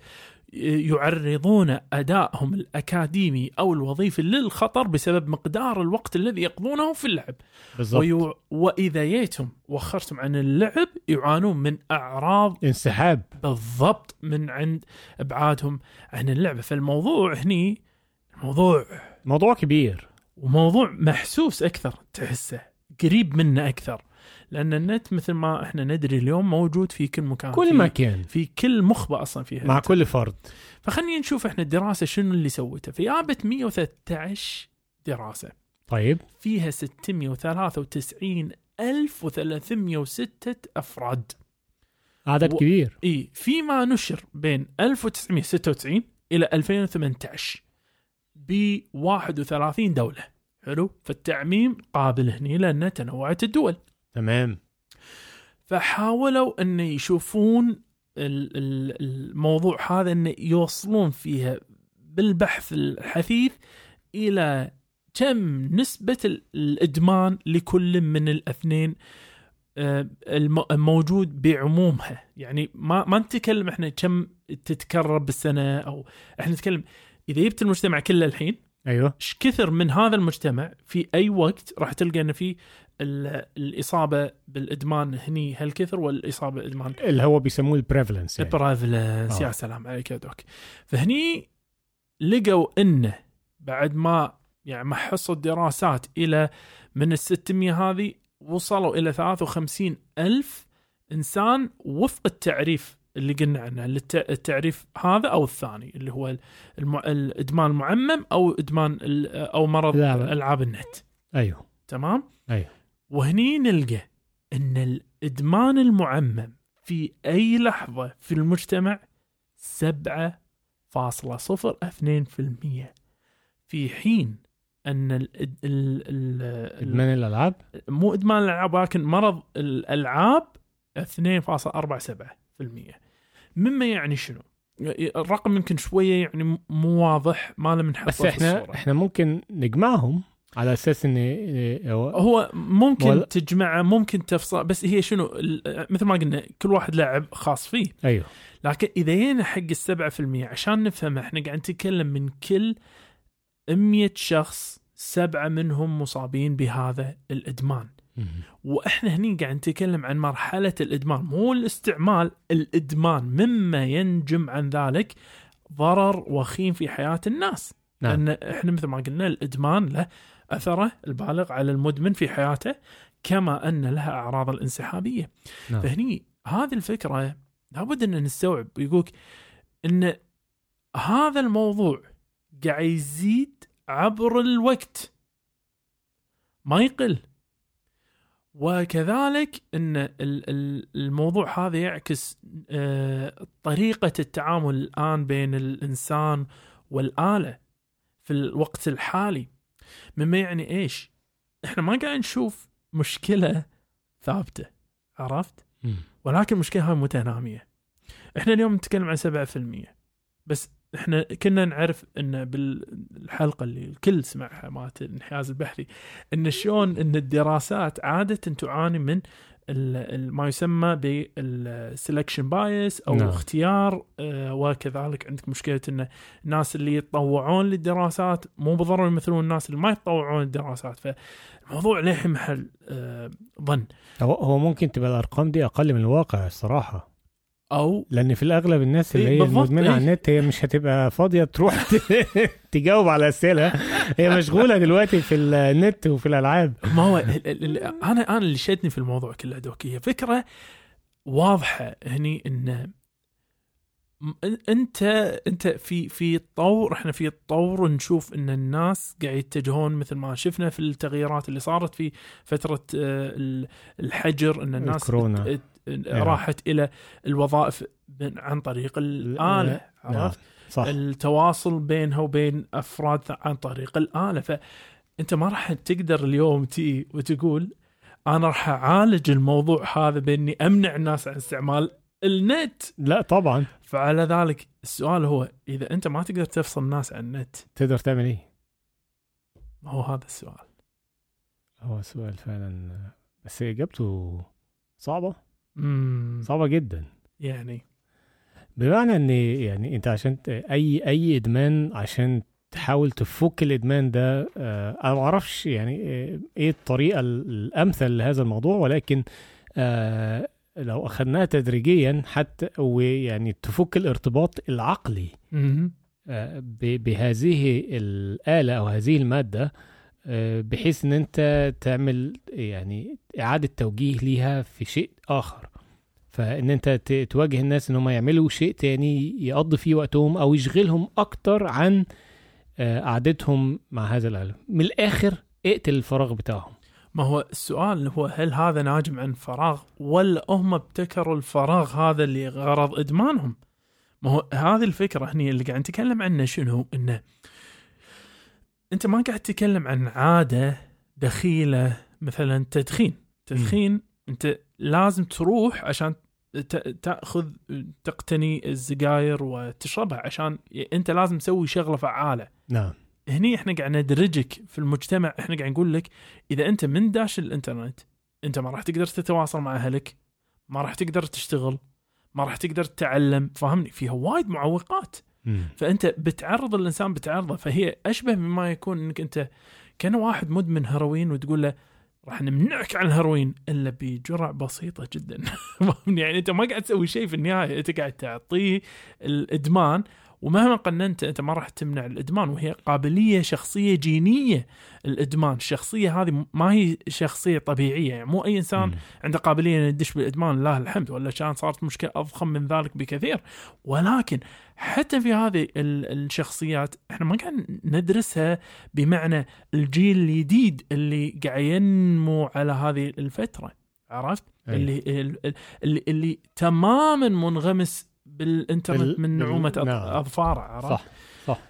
يعرضون أدائهم الأكاديمي أو الوظيفي للخطر بسبب مقدار الوقت الذي يقضونه في اللعب. ويو... وإذا يتم وخرتم عن اللعب يعانون من أعراض انسحاب. بالضبط، من عند إبعادهم عن اللعبة. فالموضوع هني موضوع موضوع كبير وموضوع محسوس أكثر، تحسه قريب منا أكثر، لأن النت مثل ما إحنا ندري اليوم موجود في كل مكان، كل مكان، في كل مخبأ أصلا فيها مع كل فرد. فخلينا نشوف إحنا الدراسة شنو اللي سوتها. في جابت مئة وثلاثة عشر دراسة، طيب فيها ستمئة وثلاثة وتسعين ألف وثلاثمئة وستة أفراد، عدد و... كبير. إيه، فيما نشر بين ألف وتسعمئة وستة وتسعين إلى ألفين وثمانية عشر ب واحد وثلاثين دولة. حلو. فالتعميم قابل هني لأن تنوعت الدول. تمام. فحاولوا أن يشوفون الموضوع هذا، أن يوصلون فيها بالبحث الحثيث إلى كم نسبة الإدمان لكل من الاثنين الموجود بعمومها. يعني ما ما نتكلم إحنا كم تتكرر بالسنة، أو إحنا نتكلم إذا جبت المجتمع كله الحين، أيوة، إيش كثر من هذا المجتمع في أي وقت راح تلقى أن في الإصابة بالإدمان هني هالكثر، والإصابة بالإدمان اللي هو بيسموه البريفلنس. يعني. البريفلنس. يا سلام عليك يا دوك. فهني لقوا إنه بعد ما يعني ما حصوا الدراسات إلى من الستمية هذه، وصلوا إلى ثلاثة وخمسين ألف إنسان وفق التعريف اللي قلنا عنه، التعريف هذا أو الثاني اللي هو الم... الإدمان المعمم أو إدمان ال... أو مرض ألعاب النت. أيوه تمام. أيوه. وهني نلقى أن الإدمان المعمم في أي لحظة في المجتمع سبعة فاصلة صفر اثنين بالمئة، في حين أن ال ال ال إدمان الألعاب مو إدمان الألعاب ولكن مرض الألعاب اثنين فاصلة أربعة سبعة بالمئة. مما يعني شنو؟ الرقم يمكن شوية يعني مو واضح، ما له منحصر. بس إحنا الصورة. إحنا ممكن نجمعهم على أساس إن هو ممكن ولا... تجمعه، ممكن تفصل، بس هي شنو مثل ما قلنا كل واحد لاعب خاص فيه. أيوه. لكن إذا جينا حق السبعة في المية عشان نفهم، إحنا قاعد نتكلم من كل مية شخص سبعة منهم مصابين بهذا الإدمان. وإحنا هني قاعد نتكلم عن مرحلة الإدمان، مو الاستعمال، الإدمان، مما ينجم عن ذلك ضرر وخيم في حياة الناس. نعم. لأن إحنا مثل ما قلنا الإدمان له أثره البالغ على المدمن في حياته، كما أن لها أعراض الانسحابية. نعم. فهني هذه الفكرة لابد أن نستوعب، ويقولك أن هذا الموضوع قاعد يزيد عبر الوقت، ما يقل. وكذلك ان الموضوع هذا يعكس طريقة التعامل الآن بين الإنسان والآلة في الوقت الحالي. مما يعني ايش؟ احنا ما قاعد نشوف مشكلة ثابتة، عرفت؟ م. ولكن المشكلة هاي متنامية. احنا اليوم نتكلم عن سبعة في المية بس. احنا كنا نعرف ان بالحلقة اللي الكل سمعها مالت الانحياز البحري ان شلون ان الدراسات عادة تعاني من ما يسمى بالسلكشن بايس او نعم. اختيار. اه وكذلك عندك مشكلة ان الناس اللي يتطوعون للدراسات مو بالضرورة يمثلون الناس اللي ما يتطوعون للدراسات. فالموضوع له محل اه ظن. هو هو ممكن تبقى الارقام دي اقل من الواقع الصراحة، او لان في الاغلب الناس اللي هي المدمنه على النت هي مش هتبقى فاضيه تروح تجاوب على اسئله، هي مشغوله دلوقتي في النت وفي الالعاب. ما هو انا انا اللي شدني في الموضوع كله دوكي هي فكره واضحه هني ان انت انت في في طور، احنا في طور نشوف ان الناس قاعد يتجهون مثل ما شفنا في التغييرات اللي صارت في فتره الحجر، ان الناس الكورونا. راحت إلى الوظائف عن طريق الآلة، عرفت؟ صح. التواصل بينها وبين أفراد عن طريق الآلة. فأنت ما راح تقدر اليوم تي وتقول أنا راح أعالج الموضوع هذا بإني أمنع الناس عن استعمال النت. لا طبعا. فعلى ذلك السؤال هو إذا أنت ما تقدر تفصل الناس عن النت تقدر تعمل إيه؟ ما هو هذا السؤال. هو سؤال فعلا، بس إجابته صعبة. مم. صعبة جدا يعني بمعنى ان يعني انت عشان اي اي ادمان عشان تحاول تفك الادمان ده، آه انا ما اعرفش يعني ايه الطريقة الامثل لهذا الموضوع، ولكن آه لو اخذناها تدريجيا حتى ويعني تفك الارتباط العقلي آه بهذه الآلة او هذه المادة، آه بحيث ان انت تعمل يعني اعادة توجيه ليها في شيء اخر. فان انت تواجه الناس ان هم يعملوا شيء تاني يقضي فيه وقتهم او يشغلهم اكتر عن قعدتهم مع هذا العالم. من الاخر اقتل الفراغ بتاعهم. ما هو السؤال هو هل هذا ناجم عن فراغ ولا هم ابتكروا الفراغ هذا اللي غرض ادمانهم؟ ما هو هذه الفكرة هني اللي قاعد نتكلم عنه. شنو انه انت ما قاعد تتكلم عن عادة دخيلة مثلا تدخين تدخين م. انت لازم تروح عشان تأخذ تقتني السجاير وتشربها عشان انت لازم تسوي شغلة فعالة. نعم. هني احنا قاعد ندرجك في المجتمع. احنا قاعد نقول لك اذا انت من داش الانترنت انت ما راح تقدر تتواصل مع اهلك، ما راح تقدر تشتغل، ما راح تقدر تتعلم. فهمني؟ فيها وايد معوقات. م. فانت بتعرض الانسان بتعرضه. فهي اشبه بما يكون انك انت كان واحد مدمن هيروين وتقول له راح نمنعك عن الهيروين الا بجرعه بسيطه جدا. يعني انت ما قاعد تسوي شيء في النهايه، انت قاعد تعطيه الادمان. ومهما قننت انت ما راح تمنع الادمان، وهي قابليه شخصيه جينيه. الادمان الشخصيه هذه ما هي شخصيه طبيعيه، يعني مو اي انسان م. عنده قابليه انه يدش بالادمان لله الحمد، ولا كان صارت مشكله اضخم من ذلك بكثير. ولكن حتى في هذه الشخصيات احنا ما قاعد ندرسها بمعنى الجيل الجديد اللي قاعد ينمو على هذه الفتره، عرفت؟ أي. اللي اللي اللي تماما منغمس بالإنترنت بال... من نعومة بال... أظفار، عرفت؟ صح صح.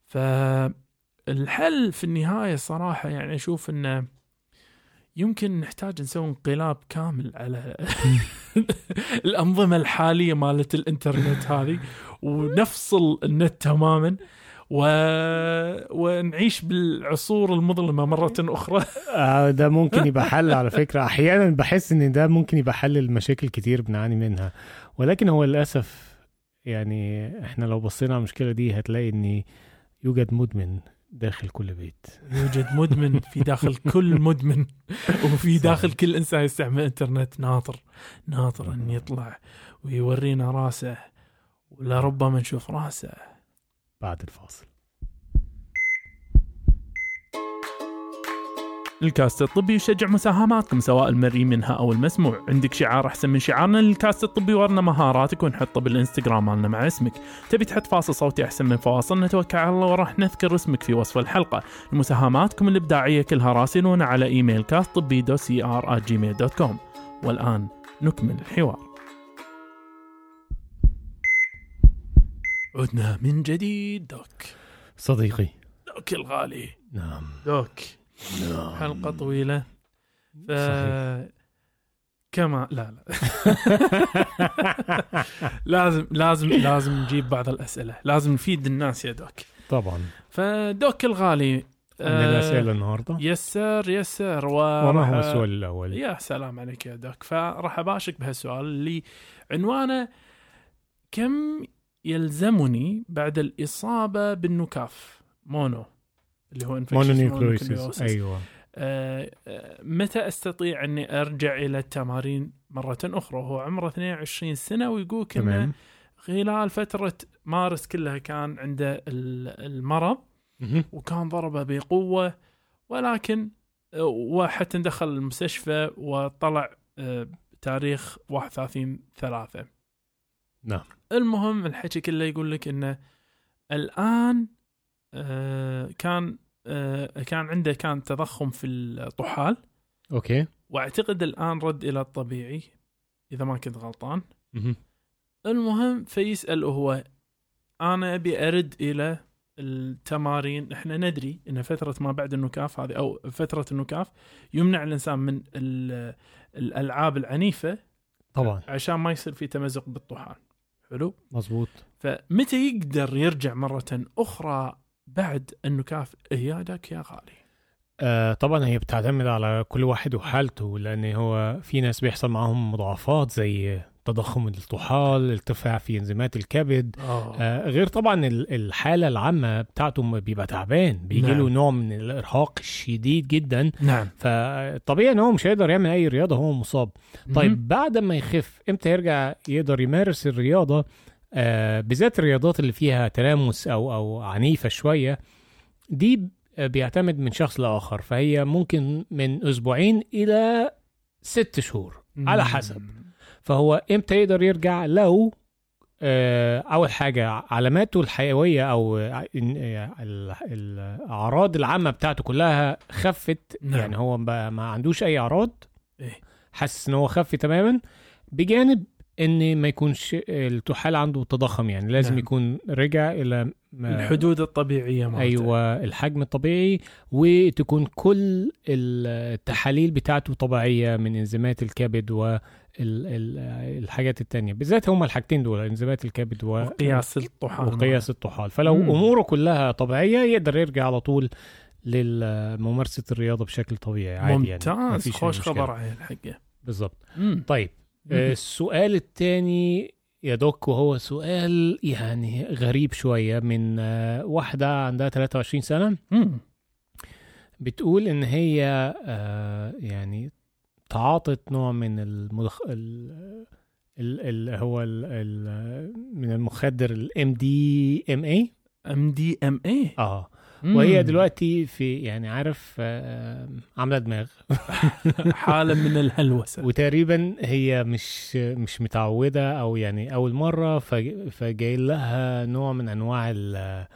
فالحل في النهاية صراحة يعني أشوف إنه يمكن نحتاج نسوي انقلاب كامل على الأنظمة الحالية مالت الإنترنت هذه، ونفصل النت تماما و... ونعيش بالعصور المظلمة مرة أخرى. آه ده ممكن يبقى حل على فكرة. أحيانا بحس إن ده ممكن يبقى حل المشاكل كتير بنعاني منها، ولكن هو للأسف يعني احنا لو بصينا على المشكلة دي هتلاقي ان يوجد مدمن داخل كل بيت. يوجد مدمن في داخل كل مدمن، وفي داخل كل انسان يستعمل انترنت ناطر ناطر ان يطلع ويورينا راسه، ولربما نشوف راسه بعد الفاصل. الكاست الطبي يشجع مساهماتكم سواء المرئي منها أو المسموع. عندك شعار أحسن من شعارنا للكاست الطبي؟ ورنا مهاراتك ونحطه بالإنستغرام مالنا مع اسمك. تبي تحط فاصل صوتي أحسن من فواصلنا؟ توكل على الله وراح نذكر اسمك في وصف الحلقة. مساهماتكم الإبداعية كلها راسلونا على إيميل كاست طبي دو سي آر آت جيميل دوت كوم. والآن نكمل الحوار. عدنا من جديد دوك صديقي دوك الغالي. نعم دوك نعم. حلقة طويلة ف... كما لا لا لازم لازم لازم نجيب بعض الأسئلة، لازم نفيد الناس يا دوك. طبعا. فدوك الغالي عندنا أسئلة النهاردة. يسر يسر و... وما هو السؤال الأول؟ يا سلام عليك يا دوك. فراح أباشك بهالسؤال اللي عنوانه كم يلزمني بعد الإصابة بالنكاف مونو اللي هو مونونيوكليوسيس. أيوة. آه آه متى أستطيع أني أرجع إلى التمارين مرة أخرى؟ هو عمره اثنين وعشرين سنة ويقول كمان خلال فترة مارس كلها كان عنده المرض وكان ضربه بقوة، ولكن آه وحتى دخل المستشفى وطلع آه تاريخ واحد وثلاثين ثلاثة. نعم. المهم الحكي كله يقول لك إنه الآن آه كان آه كان عنده كان تضخم في الطحال. أوكي. واعتقد الآن رد إلى الطبيعي إذا ما كنت غلطان. م- المهم فيسأل هو أنا أبي أرد إلى التمارين. إحنا ندري إن فترة ما بعد النكاف هذه أو فترة النكاف يمنع الإنسان من الألعاب العنيفة طبعا عشان ما يصير في تمزق بالطحال. حلو. مظبوط. فمتى يقدر يرجع مرة أخرى بعد النكاف إيادك يا غالي؟ آه طبعا هي بتعتمد على كل واحد وحالته، لأن هو في ناس بيحصل معهم مضاعفات زي تضخم الطحال، ارتفاع في انزيمات الكبد. آه غير طبعا الحالة العامة بتاعته بيبقى تعبان، بيجي له نعم. نوع من الإرهاق الشديد جدا. نعم. فطبيعي ان هو مش هيقدر يعمل اي رياضة هو مصاب. طيب م- بعد ما يخف امتى يرجع يقدر يمارس الرياضة؟ آه بالذات الرياضات اللي فيها تلامس او او عنيفة شوية دي بيعتمد من شخص لآخر، فهي ممكن من اسبوعين الى ست شهور م- على حسب. فهو امتى يقدر يرجع؟ لو آه اول حاجة علاماته الحيوية او الاعراض العامة بتاعته كلها خفت. نعم. يعني هو ما عندوش اي اعراض، حاسس ان هو خف تماما، بجانب ان ما يكونش الطحال عنده تضخم، يعني لازم نعم. يكون رجع الى الحدود الطبيعية مالته. ايوه الحجم الطبيعي، وتكون كل التحاليل بتاعته طبيعية من انزيمات الكبد والحاجات التانية، بالذات هما الحاجتين دول انزيمات الكبد وقياس الطحال وقياس الطحال. فلو مم. اموره كلها طبيعية يقدر يرجع على طول لممارسة الرياضة بشكل طبيعي عادي. ممتاز. يعني خوش خبر عن الحقيقة. بالضبط. طيب السؤال الثاني يا دوك، وهو سؤال يعني غريب شوية، من واحدة عندها ثلاثة وعشرين سنة. مم. بتقول إن هي يعني تعاطت نوع من المدخ... ال... ال... ال... هو ال... ال... من المخدر ال إم دي إم إيه إم دي إم إيه. آه وهي دلوقتي في يعني عارف عاملة دماغ حالة من الهلوسة، وتقريبا هي مش مش متعودة او يعني اول مرة، فجاي لها نوع من انواع ال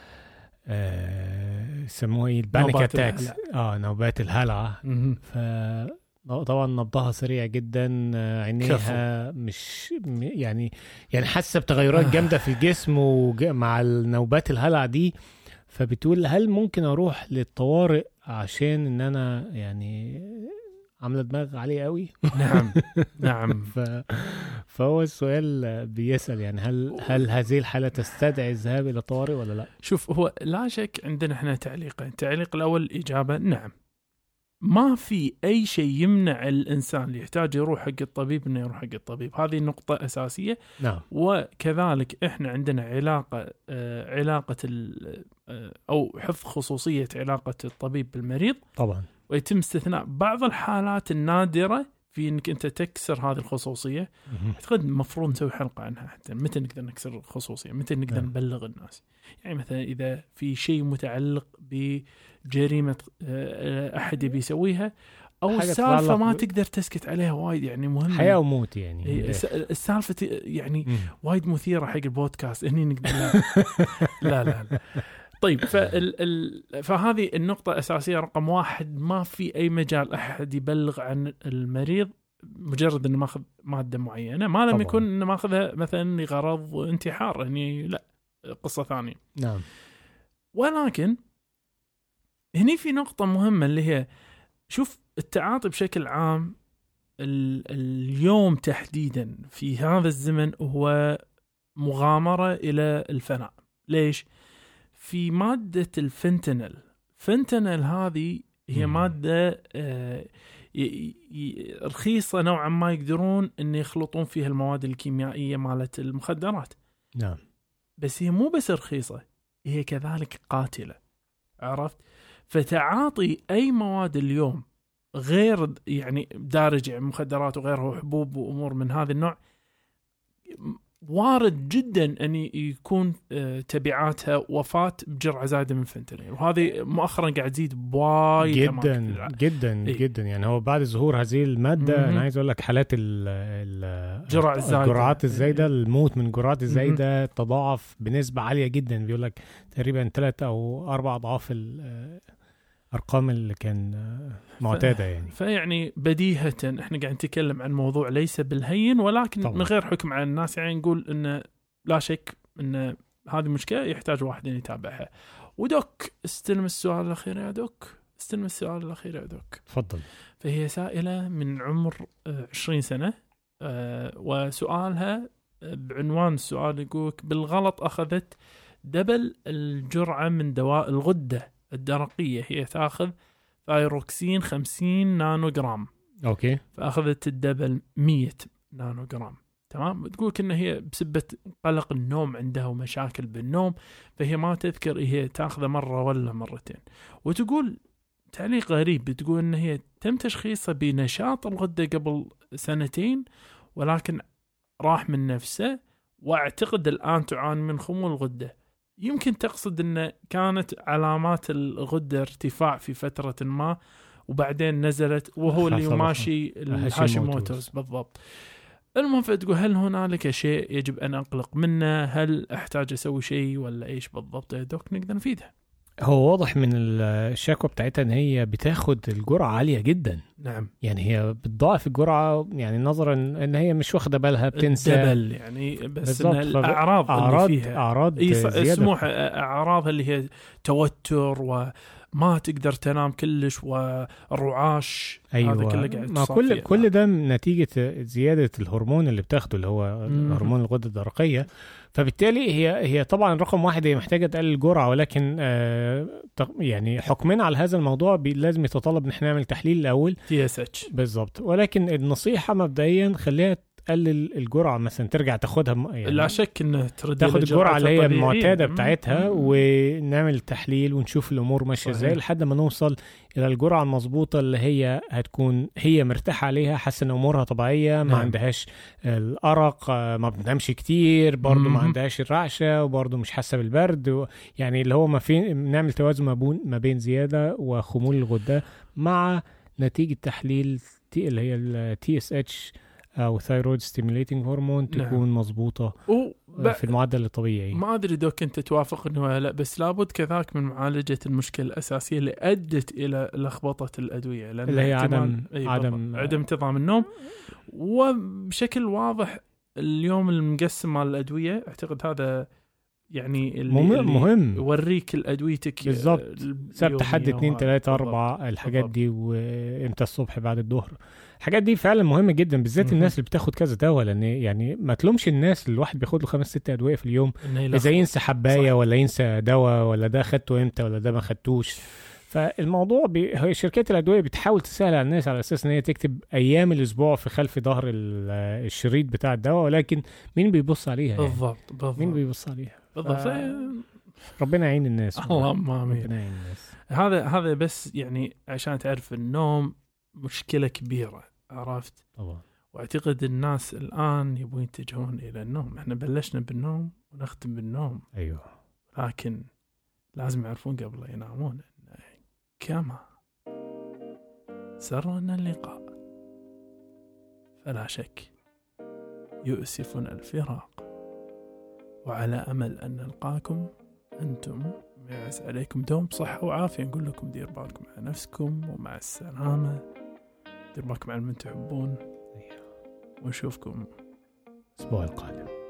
يسموها ايه البانيك اتاكس، اه نوبات الهلع. ف طبعا نبضها سريع جدا، عينيها مش يعني يعني حاسة بتغيرات جامدة في الجسم ومع النوبات الهلع دي. فبتقول هل ممكن اروح للطوارئ عشان ان انا يعني عامله دماغ عليه قوي؟ نعم نعم. ف... فهو السؤال بيسأل يعني هل هل هذه الحالة تستدعي الذهاب الى الطوارئ ولا لا؟ شوف، هو لا شك عندنا احنا تعليقين. التعليق الاول الاجابه نعم، ما في أي شيء يمنع الإنسان اللي يحتاج يروح حق الطبيب إنه يروح حق الطبيب. هذه نقطة أساسية. نعم. وكذلك إحنا عندنا علاقة آه علاقة آه أو حفظ خصوصية علاقة الطبيب بالمريض طبعا، ويتم استثناء بعض الحالات النادرة في انك انت تكسر هذه الخصوصيه. اعتقد المفروض نسوي حلقه عنها حتى متى نقدر نكسر الخصوصيه، متى نقدر نعم. نبلغ الناس. يعني مثلا اذا في شيء متعلق بجريمه احد يبي يسويها او السالفه ما تقدر تسكت عليها وايد، يعني مهم حياه وموت يعني السالفه يعني مم. وايد مثيره حق البودكاست هني نقدر لا لا, لا. طيب فال ال... فهذه النقطة أساسية رقم واحد، ما في أي مجال أحد يبلغ عن المريض مجرد إنه ماخذ مادة معينة، ما لم طبعا. يكون إنه ماخذها مثلا لغرض انتحار، يعني لا قصة ثانية. نعم. ولكن هني في نقطة مهمة اللي هي شوف التعاطي بشكل عام ال... اليوم تحديدا في هذا الزمن هو مغامرة إلى الفناء. ليش؟ في مادة الفنتانيل. فنتانيل هذه هي مادة آه رخيصة نوعا ما، يقدرون أن يخلطون فيها المواد الكيميائية مالت المخدرات. نعم. بس هي مو بس رخيصة، هي كذلك قاتلة. عرفت؟ فتعاطي أي مواد اليوم غير يعني دارجة مخدرات وغيرها وحبوب وأمور من هذا النوع وارد جدا أن يكون تبعاتها وفاة بجرعة زايدة من فنتانيل، وهذه مؤخرا قاعد تزيد بوايد جدا جدا إيه؟ جدا. يعني هو بعد ظهور هذه المادة م-م. أنا عايز أقول لك حالات الجرعة الزايدة، الجرعات الزايدة، الموت من الجرعات الزايدة تضاعف بنسبة عالية جدا. بيقول لك تقريبا ثلاثة أو أربع أضعاف الأرقام اللي كان معتادة. يعني فيعني بديهة احنا قاعد نتكلم عن موضوع ليس بالهين، ولكن طبعا. من غير حكم على الناس، يعني نقول إن لا شك إن هذه مشكلة يحتاج واحد أن يتابعها. ودوك استلم السؤال الأخير يا دوك، استلم السؤال الأخير يا دوك. تفضل. فهي سائلة من عمر عشرين سنة، وسؤالها بعنوان السؤال يقولك بالغلط أخذت دبل الجرعة من دواء الغدة الدرقية، هي تأخذ ثايروكسين خمسين نانو جرام. أوكي. فأخذت الدبل مية نانو جرام. تمام. تقول إن هي بسبة قلق النوم عندها ومشاكل بالنوم، فهي ما تذكر هي تأخذ مرة ولا مرتين. وتقول تعليق غريب، بتقول إن هي تم تشخيصها بنشاط الغدة قبل سنتين، ولكن راح من نفسه، واعتقد الآن تعاني من خمول الغدة. يمكن تقصد أن كانت علامات الغدة ارتفاع في فترة ما وبعدين نزلت، وهو اللي يماشي الهاشيموتوز بالضبط. المهم فتقول هل هنالك شيء يجب أن أقلق منه؟ هل أحتاج أسوي شيء ولا إيش بالضبط يا دوك نقدر نفيدها؟ هو واضح من الشكوى بتاعتها ان هي بتاخد الجرعة عالية جدا. نعم. يعني هي بتضاعف الجرعة، يعني نظرا ان هي مش واخدة بالها، بتنسى يعني. بس إن الأعراض أعراض اللي فيها أعراض اسمه أعراض اللي هي توتر وما تقدر تنام كلش ورعاش. أيوة. هذا كله قاعد ما كل كل ده نتيجة زيادة الهرمون اللي بتاخده اللي هو هرمون الغدة الدرقية. فبالتالي هي هي طبعا رقم واحد هي محتاجة تقلل الجرعة، ولكن آه يعني حكمنا على هذا الموضوع لازم يتطلب ان احنا نعمل تحليل الأول تي اس اتش بالضبط. ولكن النصيحة مبدئيا خليها تقلل الجرعة، مثلا ترجع تاخدها يعني لا شك انه ترد تاخد الجرعة اللي هي المعتادة بتاعتها، ونعمل تحليل ونشوف الأمور ماشية ازاي لحد ما نوصل إلى الجرعة المضبوطة اللي هي هتكون هي مرتاحة عليها، حاسة ان أمورها طبيعية، ما عندهاش الأرق، ما بتنامش كتير، برضو ما عندهاش الرعشة، وبرضو مش حاسة بالبرد، يعني اللي هو ما في نعمل توازن ما بين زيادة وخمول الغدة مع نتيجة تحليل تي اللي هي ال تي اس اتش أو ثايرويد ستيميليتنج هرمون تكون نعم. مضبوطة في المعدل الطبيعي. ما أدري دوك أنت توافق إنه لا، بس لابد كذاك من معالجة المشكلة الأساسية اللي أدت إلى لخبطة الأدوية، اللي هي عدم عدم عدم انتظام النوم. وبشكل واضح اليوم المقسم مال الأدوية أعتقد هذا يعني اللي مهم يوريك الأدويتك بالضبط، سبت حد اثنين ثلاثة أربعة الحاجات دي، وإمتى الصبح بعد الظهر. الحاجات دي فعلا مهمة جدا، بالذات الناس اللي بتاخد كذا دواء، لأن يعني ما تلومش الناس اللي الواحد بياخد له خمس ست أدوية في اليوم إذا ينسى حباية صح. ولا ينسى دواء، ولا ده خدته إمتى ولا ده ما خدتوش. فالموضوع بي... هي شركات الأدوية بتحاول تسهل على الناس على أساس إن هي تكتب أيام الأسبوع في خلف ظهر الشريط بتاع الدواء، ولكن مين بيبص عليها يعني؟ بالضبط بالضبط مين بيبص عليها بالضبط. ف... ربنا يعين الناس. اللهم آمين. هذا هذا بس يعني عشان تعرف النوم مشكلة كبيرة عرفت؟ طبعا. واعتقد الناس الآن يبون يتجهون إلى النوم. احنا بلشنا بالنوم ونختم بالنوم. ايوه. لكن لازم يعرفون قبل ينامون إن كما سرنا اللقاء فلا شك يؤسفنا الفراق، وعلى أمل أن نلقاكم أنتم ويعز عليكم دوم بصحة وعافية. نقول لكم دير بالكم على نفسكم ومع السلامة، دير بالكم على من تحبون، ونشوفكم الأسبوع القادم.